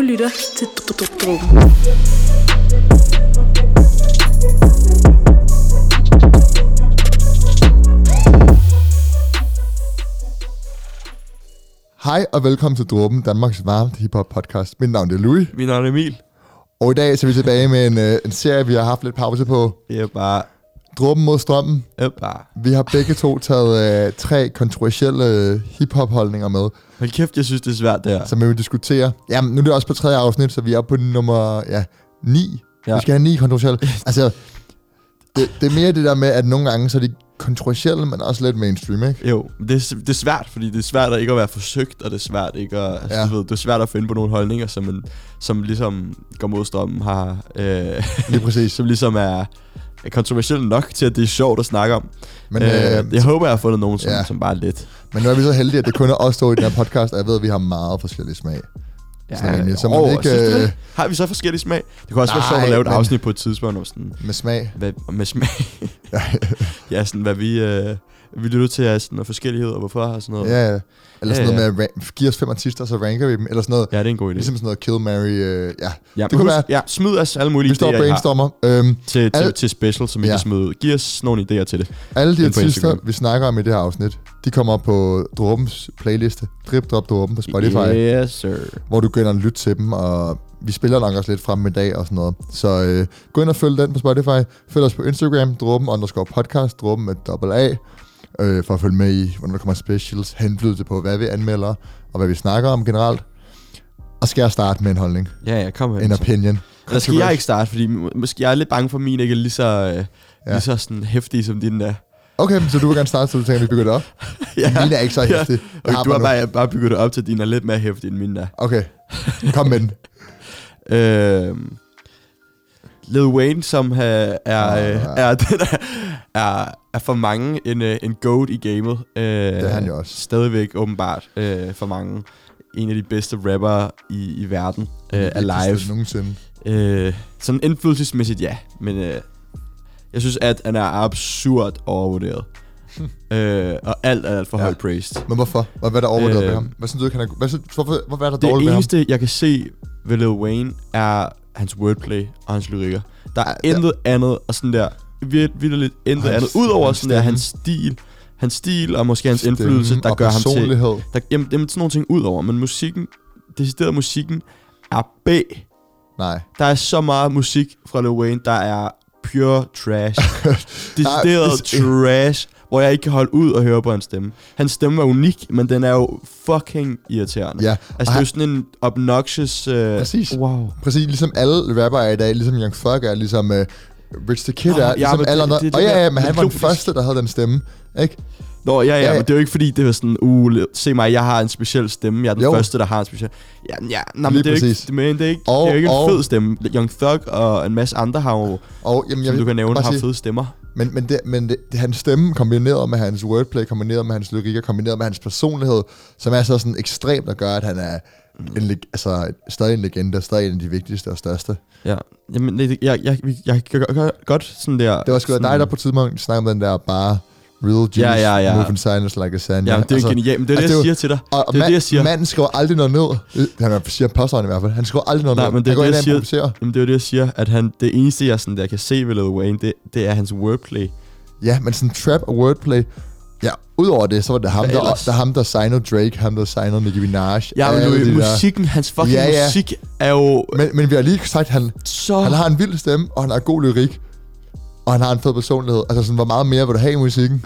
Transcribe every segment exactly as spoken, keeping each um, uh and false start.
lytter til Dråben. Hej og velkommen til Dråben, Danmarks varmt hiphop podcast. Mit navn er Louis. Mit navn er Emil. Og i dag så er vi tilbage med en, uh, en serie, vi har haft lidt pause på. Det er bare... Dråben mod strømmen. Det er bare... Vi har begge to taget uh, tre kontroversielle uh, hiphop-holdninger med. Hold kæft, jeg synes, det er svært der. Som vi vil diskutere. Jamen, nu er det også på tredje afsnit, så vi er på nummer ja, ni. Ja. Vi skal have ni kontroversielle. Altså, det, det er mere det der med, at nogle gange så er de kontroversielle, men også lidt mainstream, ikke? Jo, det er, det er svært, fordi det er svært at ikke at være forsøgt, og det er svært ikke at, altså, ja. du ved, det er svært at finde på nogle holdninger, som, en, som ligesom går mod strømmen har, øh, lige præcis. som ligesom er, er kontroversielt nok til, at det er sjovt at snakke om. Men, øh, øh, jeg håber, jeg har fundet nogen, som, ja. som bare er lidt. Men nu er vi så heldige, at det kun er os to i den her podcast, og jeg ved, at vi har meget forskellige smag. Ja, sådan, så man åh, ikke, øh... har vi så forskellige smag? Det kunne også Nej, være sjovt at lave et men... afsnit på et tidspunkt om sådan, med smag. Hvad, med smag. Ja, sådan hvad vi øh, vi lytter til af sådan noget forskellighed og hvorfor og sådan noget. Ja, ja. Eller sådan ja, noget ja. med at give os fem artister, så ranker vi dem, eller sådan noget. Ja, det er en god idé. Ligesom sådan noget Kill, Mary, øh, ja. Ja, det kunne husk, være. Ja, smid os alle mulige vi står idéer, brainstormer. Øhm, til, til, al- til special, som I ja. kan smide ud. Giv os nogle idéer til det. Alle de Inden på artister, Instagram. vi snakker om i det her afsnit, de kommer op på Dråbens playliste. Drip Drop Dråben på Spotify. Yes, sir. Hvor du går ind og lytter til dem, og vi spiller nok også lidt frem i dag og sådan noget. Så øh, gå ind og følg den på Spotify. Følg os på Instagram, Dråben underscore podcast, Dråben med dobbelt A. Øh, for at følge med i, hvordan der kommer specials, henflydelse på, hvad vi anmelder, og hvad vi snakker om generelt. Og skal jeg starte med en holdning? Ja, ja, kom her. En opinion. Eller skal jeg ikke starte, fordi må- måske jeg er lidt bange for, at min ikke er lige så, øh, Ja. lige så sådan hæftig som din der. Okay, så du vil gerne starte, så du tænker, at vi bygger det op? Ja. Min er ikke så hæftig. Ja. Okay, du har bare, bare bygget det op til, at din er lidt mere hæftig end min der. Okay, kom med den. Øh, Lil Wayne, som uh, er, Ah. øh, er, den er, er, er for mange en, uh, en goat i gamet. Uh, det er han jo også. Stadigvæk åbenbart uh, for mange. En af de bedste rappere i, i verden. Uh, alive. Nogensinde. Uh, sådan indflydelsesmæssigt, ja. Men uh, jeg synes, at han er absurd overvurderet. uh, og alt er alt for Ja. højt praised. Men hvorfor? Hvad er der overvurderet Øh, ved ham? Hvad synes du, kan hvad synes, hvorfor, hvorfor er der Det dårligt ved ham? eneste, jeg kan se ved Lil Wayne, er hans wordplay og hans lyrikker. Der er Ej, ja. intet andet, og sådan der, virkelig lidt intet Hans- andet, udover hans sådan der, stemme. hans stil, hans stil og måske hans Stemme indflydelse, der og gør ham til, personlighed. der, jamen, jamen sådan nogle ting udover, men musikken, decideret musikken, er B. Nej. Der er så meget musik fra Lil Wayne, der er pure trash. Decideret det- trash, hvor jeg ikke kan holde ud og høre på hans stemme. Hans stemme er unik, men den er jo fucking irriterende. Ja, Altså, og det er han- jo sådan en obnoxious... Uh, Præcis. Wow. Præcis, ligesom alle rapper er i dag, ligesom Young Thug er, ligesom uh, Rich the Kid Nå, er, ja, ligesom men alle det- andre. det- det Og ja, der- ja, men det han var den globus- første, der havde den stemme, ikke? Nå, ja, ja, Ja, ja, ja. men det er jo ikke fordi, det var sådan, uh, se mig, jeg har en speciel stemme. Jeg er den Jo. første, der har en speciel... Ja, ja nej, men Lige det er, ikke, præcis. det, men det er ikke, Og- det er ikke en og- fed stemme. Young Thug og en masse andre har jo, Og, jamen, som vil du kan nævne, bare har sige- fede stemmer. Men, men, det, men det, det, hans stemme kombineret med hans wordplay, kombineret med hans lyrikker, kombineret med hans personlighed, som er så sådan ekstremt, at gøre, at han er en, leg- altså, stadig en legende, stadig en af de vigtigste og største. Ja, jamen, det, jeg, jeg, jeg, jeg kan godt- godt sådan der... Det var sgu da sådan, dig, der på et tidspunkt snakkede om den der bare real juice, Ja, ja, ja. moving silence like a sand. Ja, det er altså, genialt, men det er altså, det, det er jeg siger til dig. Og, og Det er mand, det, jeg siger. manden skriver aldrig noget ned. Det- Han siger påstående i hvert fald. Han skriver aldrig noget Nej, ned. men det er han går det, ind jeg og siger. improviserer. Jamen, det er jo det, jeg siger, at han, det eneste, jeg sådan der kan se ved Lil Wayne, det, det er hans wordplay. Ja, men sådan trap og wordplay. Ja, udover det, så var det ham, Hvad der, ellers? der, ham, der signede Drake, ham, der signede Nicki Minaj. Ja, men alle nu, de der- musikken, hans fucking Ja, ja. musik er jo Men, men vi har lige sagt, at han, så... han har en vild stemme, og han har god lyrik. Og han har en fed personlighed. Altså sådan, hvor meget mere vil du have i musikken?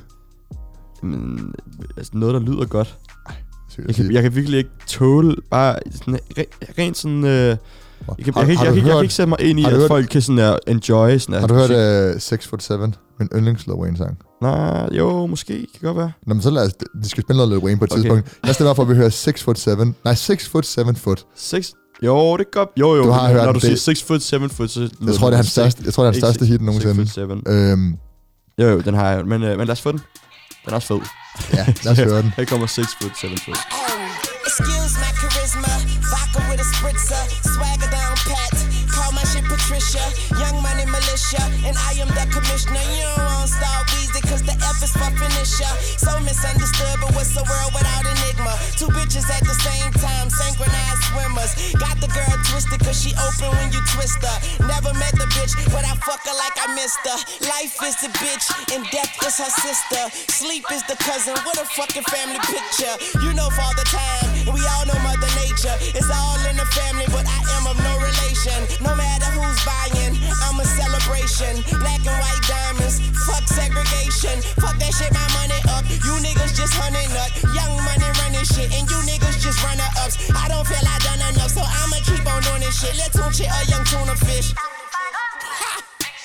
Men, altså noget, der lyder godt. Sygt Jeg at kan, sige. jeg kan virkelig ikke tåle bare sådan, re, rent sådan... Øh, jeg, kan, Har- jeg, kan, har jeg, du kan, jeg, kan, jeg hørt- kan ikke sætte mig ind i, har du at hørt- folk kan sådan uh, enjoy sådan Har du hørt uh, six foot seven? Min yndlings Lil Wayne sang. Nej, jo, måske. Kan godt være. Nå, men så lad os, de skal spille noget Lil Wayne på et Okay. tidspunkt. Jeg stemmer for, at vi hører six foot seven. Nej, six foot seven foot. seks Jo, det går. Jo, jo. Du har når hørt du det. siger six foot, seven foot, så... Jeg tror, det er hans største, jeg tror, det er hans største hit nogensinde. six foot, seven Øhm, Jo, jo, den har jeg. Men, øh, men lad os få den. Den er også fed. ja, lad os høre den. Her kommer six foot, seven foot. Excuse my charisma, vodka with a spritzer, swagger down pat, call my shit Patricia, young money militia, and I am the commissioner. You don't want to start, we's the cause the F is for finisher. So misunderstood, but what's the world without enigma? Two bitches at the same time, synchronized swimmers. Got the girl twisted cause she open when you twist her. Never met the bitch, but I fuck her like I missed her. Life is the bitch and death is her sister. Sleep is the cousin, what a fucking family picture. You know Father Time, and we all know Mother Nature. It's all in the family, but I am of no relation. No matter who's buying, I'm a celebration. Black and white diamonds, fuck segregation. Fuck that shit, my money up. You niggas just hunting nut. Young money running shit, and you niggas just runner ups. I don't feel I done enough, so I'ma keep on doing this shit. Let's tune shit a young tuna fish. Ha!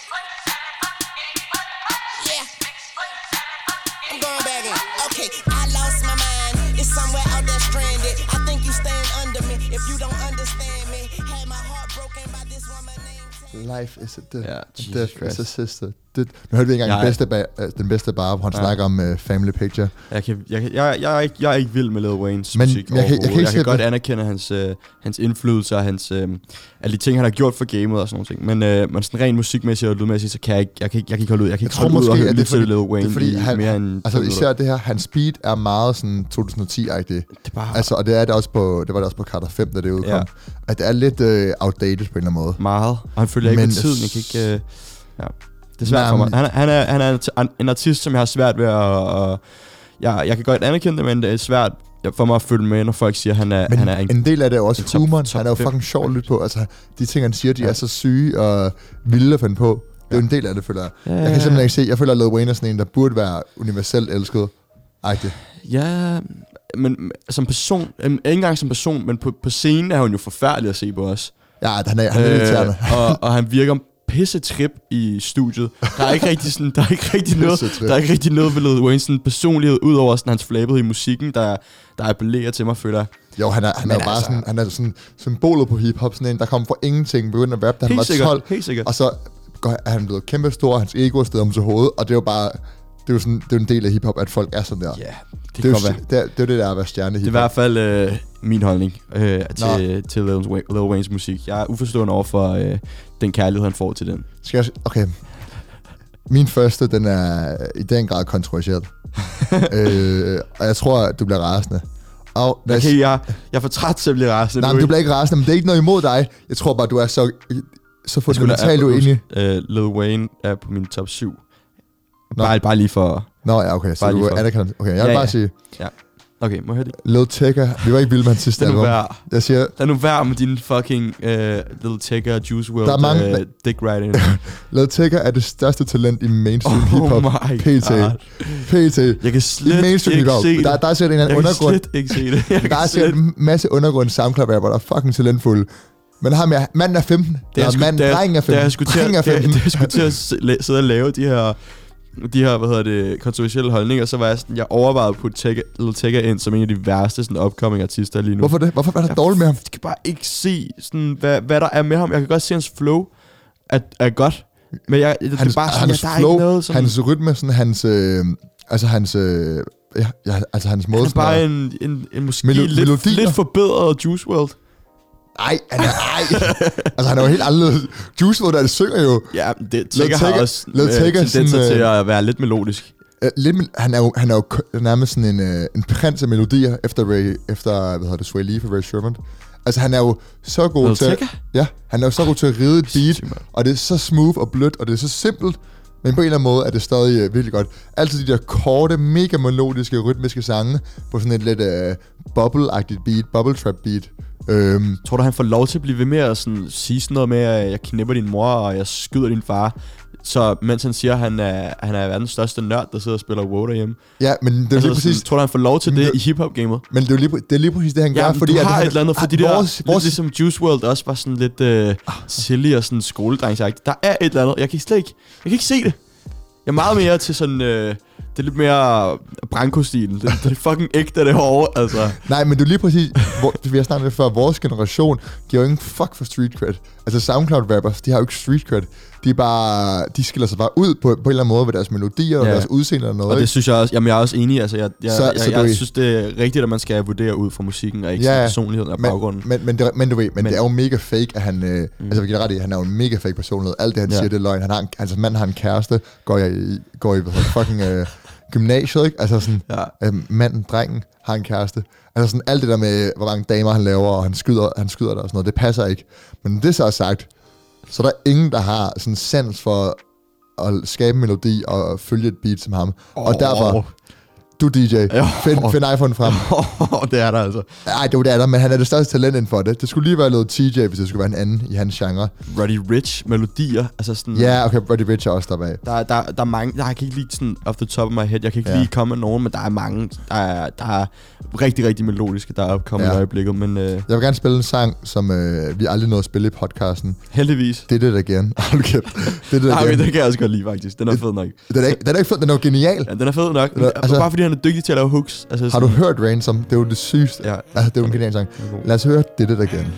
Yeah. I'm going back in. Okay, I lost my mind. It's somewhere out there stranded. I think you staying under me. If you don't understand me, had my heart broken by this woman named Life is a death, Ja, and Jesus death Christ. is a sister. Det, nu hørte vi ikke engang Jeg- den bedste, ba- øh, den bedste bar, hvor han Ja. snakker om uh, family picture. Jeg, kan, jeg, kan- jeg, jeg, er ikke, jeg er ikke vild med Lil Waynes Men musik jeg kan- jeg kan overhovedet. ikke Jeg kan se godt det. anerkende hans, øh, hans indflydelse og hans, øh, alle de ting, han har gjort for gamet og sådan nogle ting. Men, øh, men sådan rent musikmæssigt og lydmæssigt, så kan jeg ikke, jeg kan ikke, jeg kan ikke holde ud. Jeg kan Jeg ikke tror holde ud måske, og at høre det er lytte til fordi, Lil det Wayne er fordi i han, mere end altså to især minutter. det her, hans speed er meget sådan to tusind og ti-agtig. Det er bare Altså, og det er det også på, det var det også på Carter fem, da det udkom. Ja. At det er lidt uh, outdated på en eller anden måde. meget, og han følger ikke Men med tiden. Jeg kan ikke... Øh, ja. Det er svært Nej, for mig. men- Han, er- han, er, han er en- en artist, som jeg har svært ved at... Og, jeg, jeg kan godt anerkende det, men det er svært for mig at følge med, når folk siger, at han er, Men han er en... en del af det er jo også en top- humoren. top Han er jo fem. fucking sjov at lytte på. Altså, de ting, han siger, de Ja. er så syge og vilde at finde på. Det er jo en del af det, føler jeg. Ja, Jeg kan simpelthen ikke se, jeg føler, at Lil Wayne er sådan en, der burde være universelt elsket. Agtigt. Ja, men som person... øhm, Ikke engang som person, men på, på scenen er hun jo forfærdelig at se på os. Ja, han er, han er irriterende. og, og han virker pisse trip i studiet. Der er ikke rigtig sådan, der er ikke rigtig noget, Pissetrip. der er ikke rigtig noget ved Lil Waynes sådan personlighed udover sådan hans flabet i musikken, der der appellerer til mig, føler jeg. Jo, han er, han er Men jo bare altså- sådan, han er sådan symbolet på hiphop, sådan en, der kommer fra ingenting, begynder at rappe, da han Helt var sikkert, tolv, helt sikkert. og så går, er han blevet kæmpe stor, hans ego er stedet om til hovedet, og det er jo bare, det er jo sådan, det er jo en del af hiphop, at folk er sådan der. Ja, det det, kan er godt jo, være. det, er, det er jo det, der er at være stjerne i Det er i hiphop. hvert fald øh, min holdning øh, til, til Lil, Wayne, Lil Waynes musik. Jeg er uforstående over for øh, den kærlighed, han får til den. Skal jeg, okay. Min første, den er i den grad kontroversiel. øh, og jeg tror, at du bliver rasende. Og lad os- Okay, jeg, jeg er for træt til at blive rasende. Nej, nu, men du ikke? bliver ikke rasende, men det er ikke noget imod dig. Jeg tror bare, du er så, så Jeg skulle da- fundamentalt uenig. Øh, Lil Wayne er på min top syv. Nå. Bare, bare lige for... Nå ja, okay, så Bare du lige for- anerkender. Okay, jeg vil Ja, bare ja. sige, Okay, må jeg høre det? Lil Tecca, vi var ikke vilde med hans sidste Lad nu album. være. Jeg siger, Lad nu være med din fucking uh, Lil Tecca og Juice world Der er mange- uh, dick riding. Lil Tecca er det største talent i mainstream Oh hiphop. my P T. God. P T. Jeg kan I slet mainstream ikke hiphop. se det. Der, der er sikkert en eller jeg anden kan undergrund. slet ikke se det. Jeg Der kan er sikkert slet... en masse undergrund SoundCloud-rapper, der er fucking talentfulde. Men ham er, manden er femten. Da Der jeg er skulle- manden, da jeg- drengen er da jeg femten. skulle til at- Drengen er da jeg- femten. da jeg skulle til at s- la- sidde og lave de her, de her, hvad hedder det, kontroversielle holdninger, så var jeg sådan, jeg overvejede at putte Tecca, Lil Tecca ind som en af de værste sådan upcoming artister lige nu. Hvorfor det? Hvorfor er der Jeg dårligt med ham? Jeg kan bare ikke se, sådan, hvad, hvad der er med ham. Jeg kan godt se, hans flow er, er godt. Men jeg, det er Hans, bare sådan, hans at der er flow, ikke noget sådan... hans rytme, sådan hans... Øh, altså hans... Øh, ja, ja, altså hans måde... Han er sådan bare at- en, en, en måske Melo- lidt, melodier. lidt forbedret Juice world. Ej, han er... Ej. altså han er jo helt anderledes. Juice world, der det synger jo... Ja, det Tecca har Tecca- også Lil øh, Tecca er tendenser sådan, til øh, at være lidt melodisk. Øh, lidt, mel- han er jo, han er jo k- nærmest sådan en, øh, en prins af melodier efter, Ray, efter hvad hedder det, Sway Lee for Ray Sherman. Altså han er jo så god Lil til... Tecca? Ja, han er jo så god til at ride et beat, Sindssygt, mand. og det er så smooth og blødt, og det er så simpelt, men på en eller anden måde er det stadig øh, virkelig godt. Altid de der korte, mega melodiske, rytmiske sange på sådan et lidt øh, bubble-agtigt beat, bubble trap beat. Øhm, Tror du, han får lov til at blive ved med at sådan, sige sådan noget med, at jeg knipper din mor, og jeg skyder din far? Så mens han siger, at han er, han er verdens største nørd, der sidder og spiller WoW derhjemme. ja, men det er jo Altså, lige præcis... sådan, tror du, han får lov til Men det det- i hiphop-gamet? Men det er jo lige, præ- det er lige præcis det, han Ja, gør, men fordi... du at har han, et eller andet, fordi ah, det der, vores, lidt vores, ligesom Juice world også var sådan lidt øh, silly og sådan skoledrengsagtigt. Der er et eller andet, jeg kan slet ikke, jeg kan ikke se det. Jeg er meget mere til sådan, øh, det er lidt mere Branko-stilen. Det, det er fucking ægte derovre, altså. Nej, men det er lige præcis, hvor, vi har snakket om det før, vores generation giver jo ingen fuck for street cred. Altså SoundCloud-rappers, de har jo ikke street cred. De er bare, de skiller sig bare ud på, på en eller anden måde ved deres melodier og Ja. deres udseende og noget. Og det ikke? synes jeg også, jamen jeg er også enig, altså jeg, jeg, Så- jeg, så jeg, du jeg er- synes, det er rigtigt, at man skal vurdere ud fra musikken, og ikke Ja, ja, ja. personligheden og men, baggrunden. men, men, det, men du ved, men, Men- men det er jo mega fake, at han, øh, mm. altså vi kan ret i, han er jo en mega fake personlighed. Alt det, han Ja. siger, det er løgn. Han har en, altså manden har en kæreste, går i, går i hvad hedder det, fucking øh, gymnasiet, ikke? Altså sådan, Ja. øh, manden, drengen, har en kæreste. Altså sådan alt det der med, hvor mange damer han laver, og han skyder, han skyder der og sådan noget, det passer ikke. Men når det så er sagt, så er der ingen, der har sådan sans for at skabe en melodi og følge et beat som ham. Oh. Og derfor, du D J, find, find iPhone frem. Oh, det er der altså. Ej, det er der, men han er det største talent inden for det. Det skulle lige være noget T J, hvis det skulle være en anden i hans genre. Roddy Ricch melodier, altså sådan... Ja, okay, Roddy Ricch er også derbag. Der, der, der er mange, der, jeg kan ikke lige sådan off the top of my head, jeg kan ikke Ja. lige komme med nogen, men der er mange, der er, der er rigtig, rigtig melodiske, der er opkommet Ja. i øjeblikket, men øh, Jeg vil gerne spille en sang, som øh, vi aldrig nåede at spille i podcasten. heldigvis. Det er det igen. Hold kæft. Det er det Ah, okay, igen. det kan jeg også godt lide faktisk, den er fed nok. Den er, ikke, den er ikke fed, den er jo genial. Ja, den er fed nok, men, Altså- altså, bare fordi han er dygtig til at lave hooks. Altså, Har du hørt Ransom? Det er jo det sygeste. Ja. Altså, det er jo en genial sang. Lad os høre det det igen.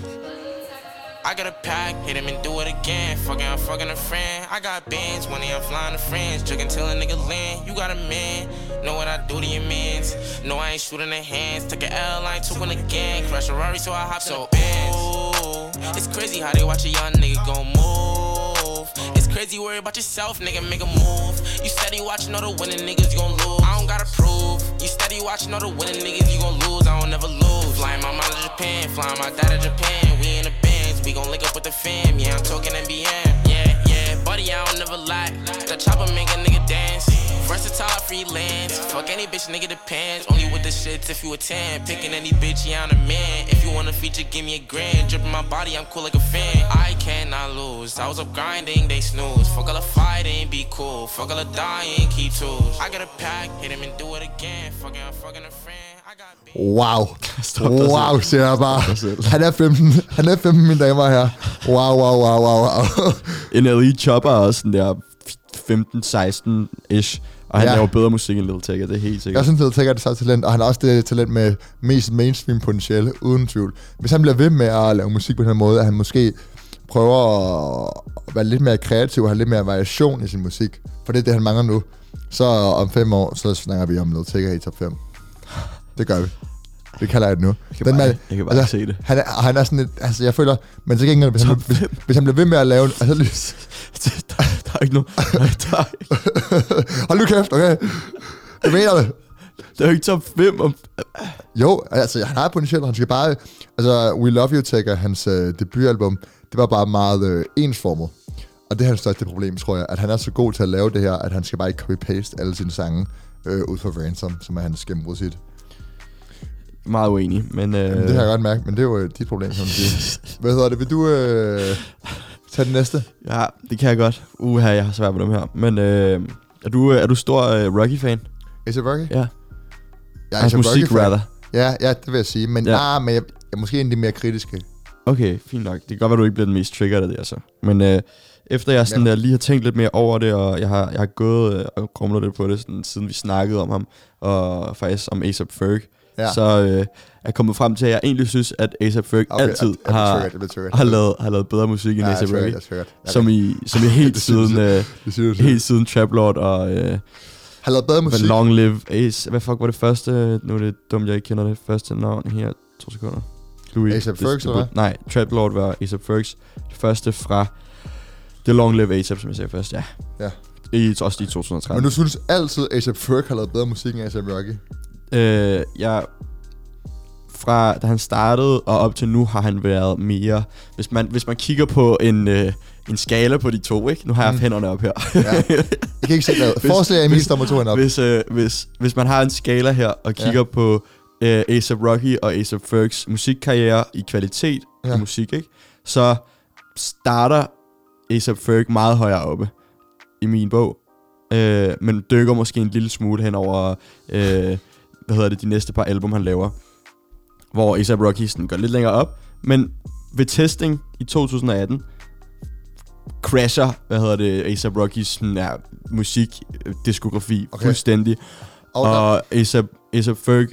I got a pack, hit him and do it again. Fucking, I'm fucking a friend. I got bands, when I'm flying to friends. Jugging till a nigga land. You got a man, know what I do to your mans. No, I ain't shooting the hands. Took a L, I ain't took one again. Crash a Rari, so I hop in the Benz. Ooh, it's crazy how they watch a young nigga go move. It's crazy, worry about yourself, nigga, make a move. You steady watching all the winning niggas, you gon' lose. I don't gotta prove. You steady watching all the winning niggas, you gon' lose. I don't never lose. Flying my mom to Japan, flying my dad to Japan. We in the bands, we gon' link up with the fam. Yeah, I'm talking N B M. Yeah, yeah, buddy, I don't never lie. The chopper make a nigga dance. Versatile freelance. Fuck any bitch, nigga depends. Only with the shits if you a ten. Picking any bitch, yeah, I'm a man. If you want a feature, give me a grand. Dripping my body, I'm cool like a fan. I cannot lose. I was up grinding, they snooze. Fuck all the fighting, be cool. Fuck all the dying, keep tools. I got a pack, hit him and do it again. Fucking, I'm fucking a friend. I got beat. Wow. Stop dig Wow, selv. siger jeg bare. dig selv. Han er femten. Han er femten, mine damer og herrer. Wow, wow, wow, wow, wow. N L E Chopper er også sådan der femten seksten-ish, og han Ja. ja. laver bedre musik end Lil Tecca, det er helt Jeg sikkert. synes, at Tecca er det samme talent, og han har også det talent med mest mainstream potentiale, uden tvivl. Hvis han bliver ved med at lave musik på den her måde, at han måske prøver at være lidt mere kreativ og have lidt mere variation i sin musik, for det er det, han mangler nu, så om fem år, så snakker vi om Lil Tecca i top fem. Det gør vi. Det kalder jeg det nu. Jeg kan bare, jeg kan bare altså, se det. Han er, han er sådan et, altså jeg føler, men så gengæld, hvis, han, hvis, hvis han bliver ved med at lave, altså, der, der er ikke nogen. Nej, der er ikke. hold nu kæft, okay? Jeg mener det. Der er jo ikke top fem. Om, Jo, altså han har potentiale, han skal bare, altså We Love You Tecca, hans øh, debutalbum, det var bare meget øh, ensformet. Og det er hans største problem, tror jeg, at han er så god til at lave det her, at han skal bare ikke copy-paste alle sine sange øh, ud fra Ransom, som er hans gennembrudshit. meget uenig, men... Øh, Jamen, det har jeg godt mærket, men det er jo øh, dit problem, som du siger. Hvad hedder det? Vil du øh, tage den næste? Ja, det kan jeg godt. Uha, jeg har svært med dem her. Men øh, er, du, er du stor øh, Rocky-fan? A$AP Rocky? Ja. Jeg er Hans A$AP musik, Rocky-fan. rather. Ja, ja, det vil jeg sige. Men, Ja. ja. ah, men jeg, jeg er måske en af de mere kritiske. Okay, fint nok. Det kan godt være, du ikke bliver den mest triggered af det, altså. Men øh, efter jeg sådan, der, lige har tænkt lidt mere over det, og jeg har, jeg har gået øh, og grumlet lidt på det, sådan, siden vi snakkede om ham, og faktisk om A$AP Ferg, Ja. så øh, er jeg kommet frem til, at jeg egentlig synes, at A$AP Ferg Okay, altid jeg, jeg har, triggered, jeg bliver triggered. har, lavet, har lavet bedre musik end Ja, A$AP jeg triggered, Rocky. jeg triggered. Jeg Som i, som i helt Det synes siden, jeg. øh, Det siger du helt siden Trap Lord og øh, har lavet bedre musik. Long Live Ace. Hvad fuck var det første? Nu er det dumt, jeg ikke kender det første navn her. To sekunder. Louis. A$AP Ferg, eller hvad? Nej, Trap Lord var A$AP Fergs. Det første fra The Long Live A$AP, som jeg sagde først, ja. Ja. I, også i to tusind og tretten. Men du synes altid, at A$AP Ferg har lavet bedre musik end A$AP Rocky? Øh, jeg... Fra da han startede og op til nu har han været mere... Hvis man, hvis man kigger på en, øh, en skala på de to, ikke? Nu har jeg Mm. mm. hænderne op her. Ja. Jeg kan ikke se noget. Hvis- Forestil jer, at Emil hvis- står med to hænder op. Hvis, øh, hvis, hvis man har en skala her og kigger Ja. ja. på øh, A$AP Rocky og A$AP Fergs musikkarriere i kvalitet Ja. ja. i musik, ikke? Så starter A$AP Ferg meget højere oppe i min bog. Øh, men dykker måske en lille smule hen over øh, hvad hedder det, de næste par album, han laver. Hvor A$AP Rocky sådan går lidt længere op. Men ved testing i to tusind og atten crasher, hvad hedder det, A$AP Rockys sådan, ja, musik, øh, diskografi Okay. fuldstændig. Og, Og A$AP, A$AP Ferg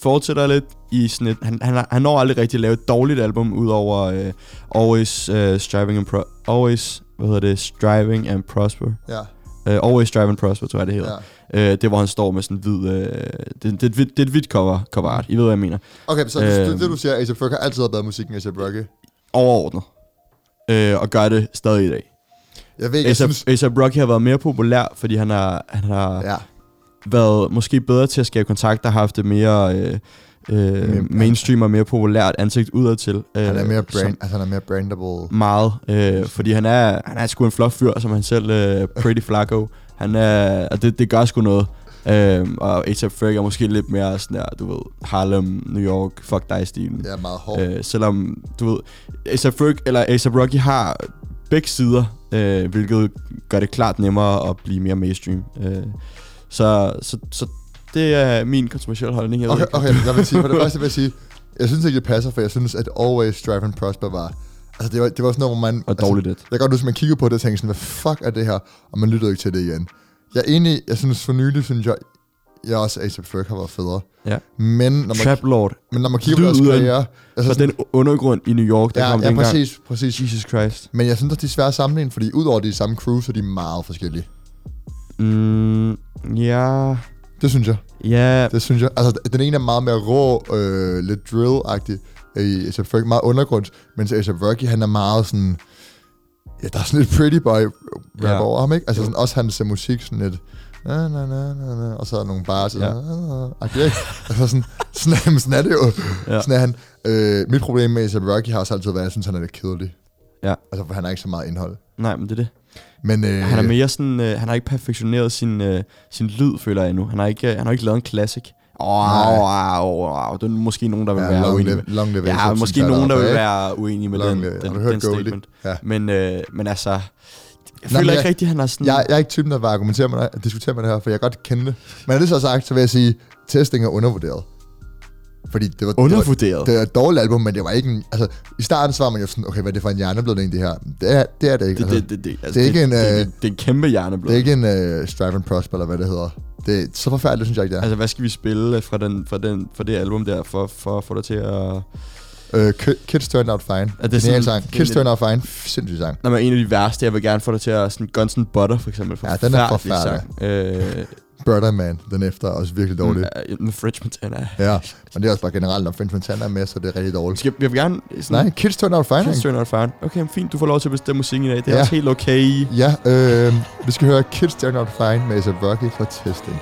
fortsætter lidt i sådan et... Han, han, han når aldrig rigtig at lave et dårligt album, udover uh, Always uh, Striving and Pro... Always... Hvad hedder det? Striving and Prosper. Ja. Uh, Always Strive and Prosper, tror jeg, det hedder. Ja. Uh, det, hvor han står med sådan en hvid... Uh, det, det, det, det er et hvidt cover, cover art. I ved, hvad jeg mener. Okay, så uh, det, det, du siger, A$AP Ferg har altid bedre musik end A$AP Rocky? Overordnet. Uh, og gør det stadig i dag. Jeg ved ikke, jeg synes... A$AP Rocky har været mere populær, fordi han har, han har ja. været måske bedre til at skabe kontakt, der har haft det mere... Uh, Øh, mainstream og mere populært ansigt udadtil. Øh, han er mere brand, altså han er mere brandable. Meget, øh, fordi han er han er sgu en flot fyr, som han selv, øh, Pretty Flacco. Han er, og det, det gør sgu noget. Øh, og A$AP Ferg er måske lidt mere sådan der, du ved, Harlem, New York, fuck dig-stilen. Ja, meget hård. Øh, selvom, du ved, A$AP Ferg eller A$AP Rocky har begge sider, øh, hvilket gør det klart nemmere at blive mere mainstream. Øh, så, så, så det er min kontroversielle holdning. Jeg okay, ved okay, jeg vil sige, for det første vil jeg sige, jeg synes ikke, det passer, for jeg synes, at Always Strive and Prosper var... Altså, det var, det var sådan noget, hvor man... Og dårligt altså, jeg kan godt huske, man kiggede på det og tænkte sådan, hvad fuck er det her? Og man lyttede ikke til det igen. Jeg er enig, jeg synes for nylig, synes jeg, jeg også A$AP Ferg har været federe. Ja. Men når man, Trap Lord. Men når man kigger på deres karriere... Altså den undergrund i New York, der ja, kom ja, dengang. præcis, præcis. Jesus Christ. Men jeg synes, at de er svære at sammenligne, fordi udover de samme crew, så er de meget forskellige. Mm, ja... Det synes jeg. Ja. Det synes jeg. Altså, den ene er meget mere rå, øh, lidt drill-agtig. I A$AP Ferg meget undergrunds, mens A$AP Rocky, han er meget sådan... Ja, der er sådan lidt pretty boy rap ja. over ham, ikke? Altså sådan, også hans musik sådan lidt... Na, na, na, na, na, og så er nogle bars, ja. Sådan, ikke? Altså sådan, sådan, sådan er det jo. Ja. Sådan er han. Øh, mit problem med A$AP Rocky har også altid været, at jeg synes, han er lidt kedelig. Ja. Altså, for han har ikke så meget indhold. Nej, men det er det. Men, øh, han er mere sådan, øh, han har ikke perfektioneret sin, øh, sin lyd, føler jeg endnu. Han har ikke, øh, han har ikke lavet en classic. Åh, oh, oh, oh, det er måske nogen, der vil ja, være uenige med. Long live, ja, måske nogen, der vil være uenige med den, live. den, den statement. Ja. Men, øh, men altså, jeg Nå, føler jeg, ikke rigtigt, han har sådan... Jeg, jeg er ikke typen, der vil argumentere med dig, diskutere med det her, for jeg kan godt kende det. Men når det så sagt, så vil jeg sige, at testing er undervurderet. Fordi det var, undervurderet? Det var, det var et dårligt album, men det var ikke en... Altså, i starten så var man jo sådan, okay, hvad er det for en hjerneblødning, det her? Det er det, er det ikke. Det, altså, det, det, altså, det er ikke det, en... Det, øh, det, det er en kæmpe hjerneblødning. Det er ikke en uh, Strive and Prosper, eller hvad det hedder. Det er så forfærdeligt, synes jeg ikke, det er. Altså, hvad skal vi spille fra, den, fra, den, fra det album der, for, for at få dig til at... Uh, Kids Turned Out Fine. Er det sådan sang? Kids Turned Out Fine. Sindssygt sang. Når man er en af de værste, jeg vil gerne få dig til at... Sådan Guns and Butter, for eksempel. For ja, den er forfærdelig. Øh, Butter Man, den efter, er også virkelig dårlig. Mm, med French Montana. Ja, men det er også bare generelt, når French Montana er med, så det er rigtig dårligt. Skal, jeg vil gerne... Sådan, nej, Kids Turned Out Fine. Kids Turned Out Fine. Okay, fint. Du får lov til at bestemme musikken i dag. Det er ja. også helt okay. Ja, øh, vi skal høre Kids Turned Out Fine med A$AP Rocky fra Testing.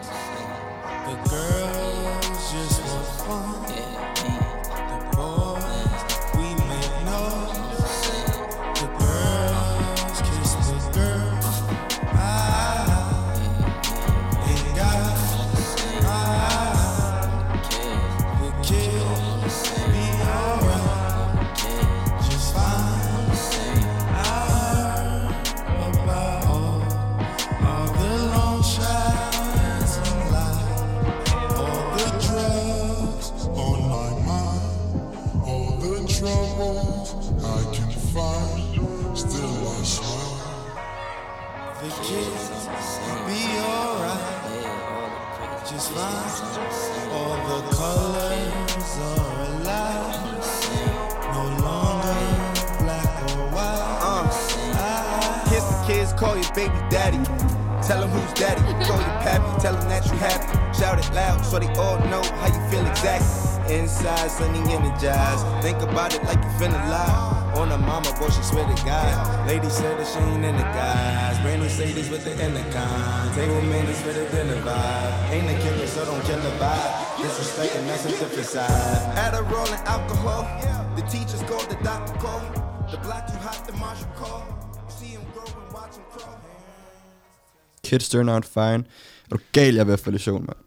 Call your baby daddy. Tell him who's daddy. Call your pappy. Tell him that you happy. Shout it loud so they all know how you feel exactly. Inside, sunny, energized. Think about it like you finna lie. On her mama, boy, she swear to God. Lady said that she ain't in the guys. Brand new Mercedes with the intercom. Table man is better than the vibe. Ain't a killer, so don't kill the vibe. Disrespect and that's a different side. Adderall and alcohol. The teachers call, the doctor call. The block too hot, the marshal call. See him grow and watch him crawl. Kids Turn Out Fine. Er du gal, jeg er ved at falde i søvn, mand?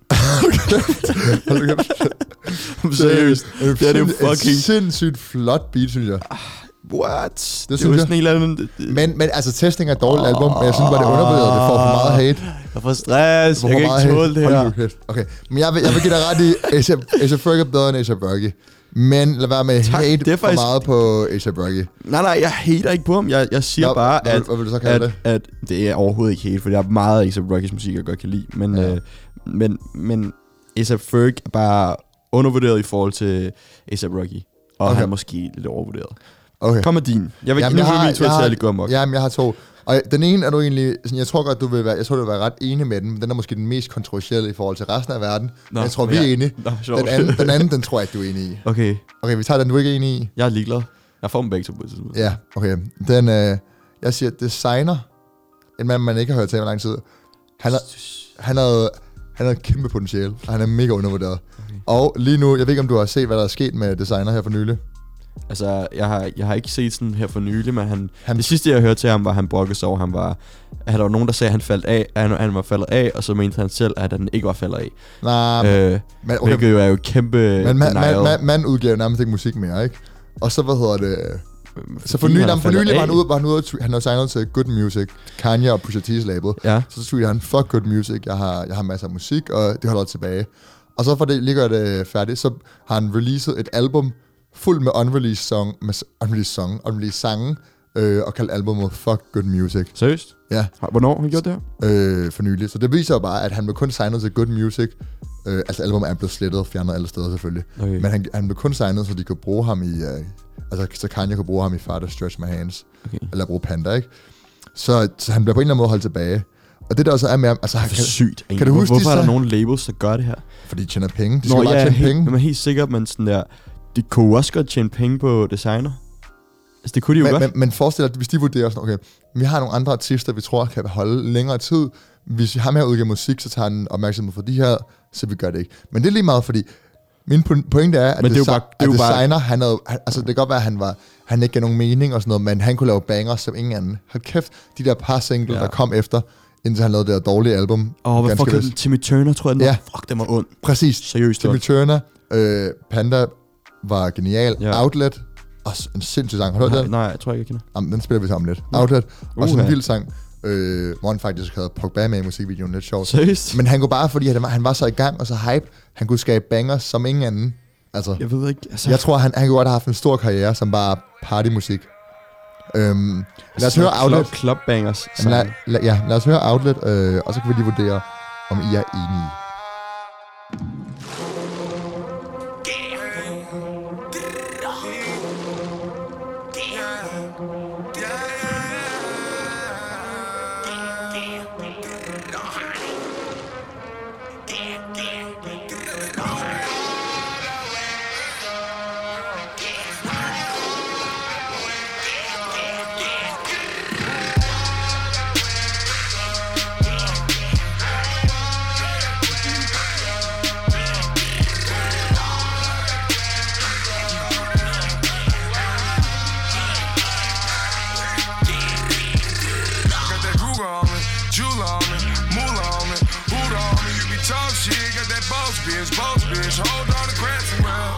Seriøst. Det er det jo fucking... Et sindssygt flot beat, synes jeg. What? Det, det synes sådan en anden... Men, men altså, Testing er et dårligt oh, album, men jeg synes bare, det er undervurderet. Det får for meget hate. Jeg får stress. Jeg kan ikke tåle det her. Okay, men jeg vil, jeg vil give dig ret i, A$AP Ferg er bedre end A$AP Rocky. Men lad være med at hate for faktisk... meget på A$AP Rocky. Nej, nej, jeg hater ikke på ham. Jeg, jeg siger Nå, bare, hvad, at, hvad vil du så kalde at, det? at det er overhovedet ikke hate, for jeg har meget af A$AP Rockys musik, jeg godt kan lide. Men, ja. øh, men, men A$AP Ferg er bare undervurderet i forhold til A$AP Rocky. Og Okay. han er måske lidt overvurderet. Okay. Kom med din. Jeg vil Jamen, ikke jeg har, min tur jeg til har, at lidt gå amok. Jamen, jeg har to. Og den ene er du egentlig, sådan, jeg tror godt, du vil være, jeg tror, du vil være ret enig med den, men den er måske den mest kontroversielle i forhold til resten af verden. Nå, jeg tror, vi ja. er enige. Nå, sjovt. Den anden, den anden, den tror jeg ikke, du er enig i. Okay, Okay, vi tager den, du er ikke enig i. jeg er ligeglad. Jeg får dem begge to på et tidspunkt. Ja, okay. Den, øh, jeg siger, designer, en mand, man ikke har hørt til i lang tid. Han er, han er, han er et kæmpe potentiale, og han er mega undervurderet. Okay. Og lige nu, jeg ved ikke, om du har set, hvad der er sket med designer her for nylig. Altså, jeg har, jeg har ikke set sådan her for nylig, men han, Han- det sidste, jeg hørte til ham, var, at han brokkede sig over, han var... At der var nogen, der sagde, at han faldt af, at han, han var faldet af, og så mente han selv, at han ikke var faldet af. Nej, Øh, men, okay. Hvilket jo er jo et kæmpe men man, man, denial. man, man udgiver jo nærmest ikke musik mere, ikke? Og så, hvad hedder det... Så for Fordi nylig, han er for faldet nylig var af. han ude, var han ude, at- han har signet til Good Music, Kanye og Pusha T's label. Ja. Så tweeter han, fuck Good Music, jeg har, jeg har masser af musik, og det holder tilbage. Og så for det lige gør det færdigt, så har han releaset et album fuld med unreleased song, med s- unreleased song, unreleased sange, øh, og kaldt albumet Fuck Good Music. Seriøst? Ja, Hvornår har han gjort det her? øh, for nylig. Så det viser jo bare, at han blev kun signet til Good Music. Øh, altså albumet er blevet slettet og fjernet alle steder selvfølgelig. Okay. Men han, han blev kun signet, så de kunne bruge ham i... Øh, altså, så Kanye kunne bruge ham i Father Stretch My Hands. Okay. Eller bruge Panda, ikke? Så, så han bliver på en eller anden måde holdt tilbage. Og det der også er med ham... Altså, Det han er for kan, sygt. kan du huske, Hvorfor de er der så- nogle labels, der gør det her? fordi de tjener penge. De Nå, skal bare ja, tjene helt, penge. men man er helt sikker, at man sådan der... De kunne også godt tjene penge på designer. Altså, det kunne de jo Men, godt. men, men forestil dig, at hvis de vurderer sådan, okay, vi har nogle andre artister, vi tror kan holde længere tid. Hvis vi har med at udgive musik, så tager han opmærksomhed for de her, så vi gør det ikke. Men det er lige meget, fordi min po- pointe er, at, Men det er jo desi- bare- det er jo at bare- designer, han havde, han, altså det kan godt være, at han, var, han ikke gav nogen mening og sådan noget, men han kunne lave bangers som ingen anden. Hold kæft, de der par singler, Ja. der kom efter, indtil han lavede det der dårlige album. Åh, oh, hvad ganske fuck vist. er Timmy Turner, tror jeg, den Ja. var. Fuck, den var ond. Præcis. Seriøst. Timmy ondt. Turner, øh, Panda var genial. Ja. Outlet, også en sindssyg sang. Har du hørt Nej, den? nej, jeg tror ikke, jeg kender. Jamen, den spiller vi sammen lidt. Outlet, også en Uha. vild sang, øh, hvor han faktisk havde Pogba med i musikvideoen, lidt sjovt. Seriøst? Men han kunne bare, fordi han var, han var så i gang og så hype, han kunne skabe bangers som ingen anden. Altså, Jeg ved ikke. Altså, jeg tror, han, han kunne godt have haft en stor karriere som bare partymusik. Øhm, lad os høre Outlet. Club, club bangers. Jamen, lad, lad, ja, lad os høre Outlet, øh, og så kan vi lige vurdere, om I er enige. Got that Ruger on me, Jula on me, Moolah on me, Huda on me. You be talk shit, got that boss bitch, boss bitch. Hold on to Cranston, well.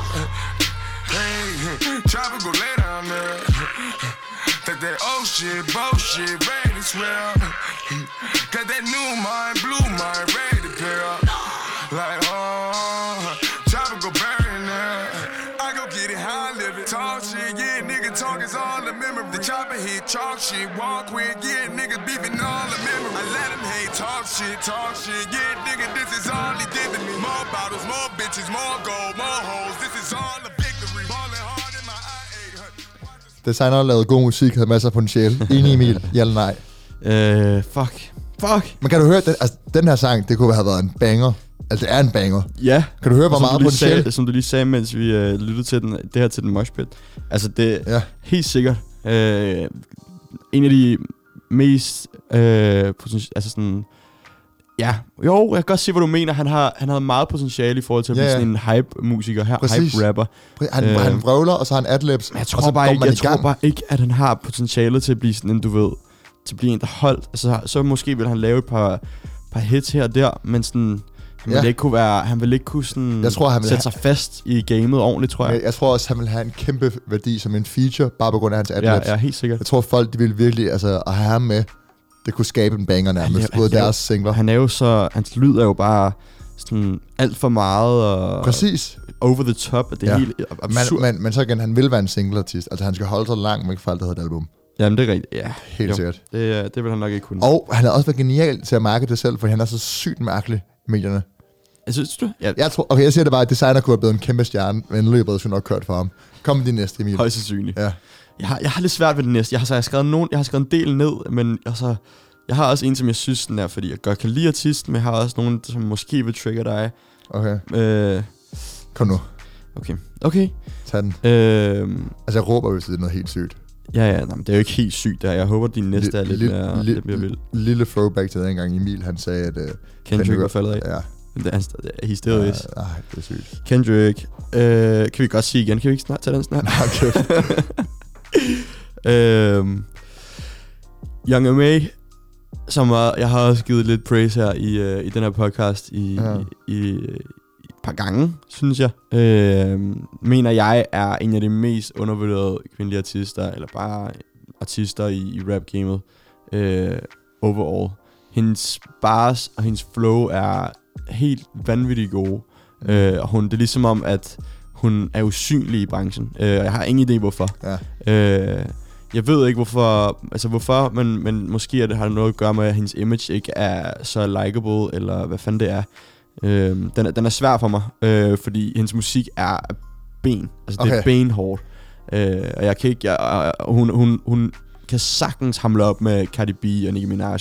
Hey, try to go lay down there. That that oh shit, bullshit, ready to swear. Got that new mind, blue mind, ready to pair up. Like, oh, try to go bury in there. I go get it how I live it. Talk shit, yeah, nigga talk is all the memory. The chopper hit, talk shit, walk with, yeah, nigga beefing all the memory. I let him hate, talk shit, talk shit, yeah, nigga, this is all he did to me. More bottles, more bitches, more gold, more hoes, this is all the victory. Ballin' hard in my eye. Designer lavede god musik, havde masser af potentiale. Enig Emil, ja eller nej? Øh, fuck. Fuck. Men kan du høre, den, altså, den her sang, det kunne have været en banger. Altså, det er en banger. Ja. Kan du høre, hvor Og som meget du lige potentiale? sagde, som du lige sagde, mens vi øh, lyttede til den, det her til den moshpit. Altså, det er Ja. helt sikkert øh, en af de mest øh, potentiale, altså sådan, ja, jo, jeg kan godt se, hvad du mener. Han har, han havde meget potentiale i forhold til at Ja, blive ja. sådan en hype-musiker her, Præcis. hype-rapper. Han, Øh. han vrøvler, og så har han adlibs. Men jeg og tror så bare går ikke, man jeg i tror gang. bare ikke, at han har potentiale til at blive sådan en, du ved, til at blive en, der holdt. Altså, så måske vil han lave et par, par hits her og der, men sådan, han Ja. vil ikke kunne være, han vil ikke kunne sådan Jeg tror, han vil sætte have- sig fast i gamet ordentligt, tror jeg. Men jeg tror også, han vil have en kæmpe værdi som en feature, bare på grund af hans adlibs. Ja, ja, helt sikkert. Jeg tror, folk de ville virkelig, altså, at have ham med, det kunne skabe en banger nærmest, Ja, både ja. deres singler. Han er jo så, hans lyd er jo bare sådan alt for meget og Præcis. over the top, og det er Ja. helt absurd. Men, men, men så igen, han vil være en single-artist. Altså, han skal holde sig langt væk fra alt, der hedder et album. Jamen, det er rigtigt, ja. Helt Jo. sikkert. Det, øh, det vil han nok ikke kunne. Og han har også været genial til at mærke det selv, for han er så sygt mærkelig i medierne. Synes du? Ja, Jeg tror, okay, jeg siger det bare, at Designer kunne have blevet en kæmpe stjerne, men løbet skulle nok kørt for ham. Kom med din næste, Emil. højst sandsynligt. Ja. Jeg har, jeg har lidt svært ved den næste. Jeg har, så jeg har skrevet nogen, jeg har skrevet en del ned, men altså, jeg har også en, som jeg synes, den er, fordi jeg godt kan lide artisten, men jeg har også nogen, som måske vil trigger dig. Okay. Øh, Kom nu. okay. Okay. Tag den. Øh, Altså, jeg råber, hvis det er noget helt sygt. ja, ja, nej, men det er jo ikke helt sygt der. Jeg håber, din næste er lidt, Lille- mere, lille- lidt mere vild. Lille throwback til den gang Emil, han sagde, at... Uh, Kendrick var faldet af. Ja. Det er, han- he's still is. Nej, det er sygt. Kendrick. Øh, kan vi godt sige igen? Kan vi ikke snart tage den snart? Nej, okay. øhm, Young M A, som var, jeg har også givet lidt praise her i, uh, i den her podcast i, Ja. i, i, i et par gange, synes jeg. Øhm, mener jeg er en af de mest undervurderede kvindelige artister, eller bare artister i, i rap-gamet øh, overall. Hendes bars og hendes flow er helt vanvittigt gode. Øh, og hun, det er ligesom om, at hun er usynlig i branchen. Øh, jeg har ingen idé, hvorfor. Ja. Øh, jeg ved ikke, hvorfor, altså hvorfor, men, men måske er det, har det noget at gøre med, at hendes image ikke er så likable, eller hvad fanden det er. Øh, den, er den er svær for mig, øh, fordi hendes musik er ben. Altså, det Okay. er benhårdt. Øh, og jeg kan ikke, jeg, og hun, hun, hun kan sagtens hamle op med Cardi B og Nicki Minaj,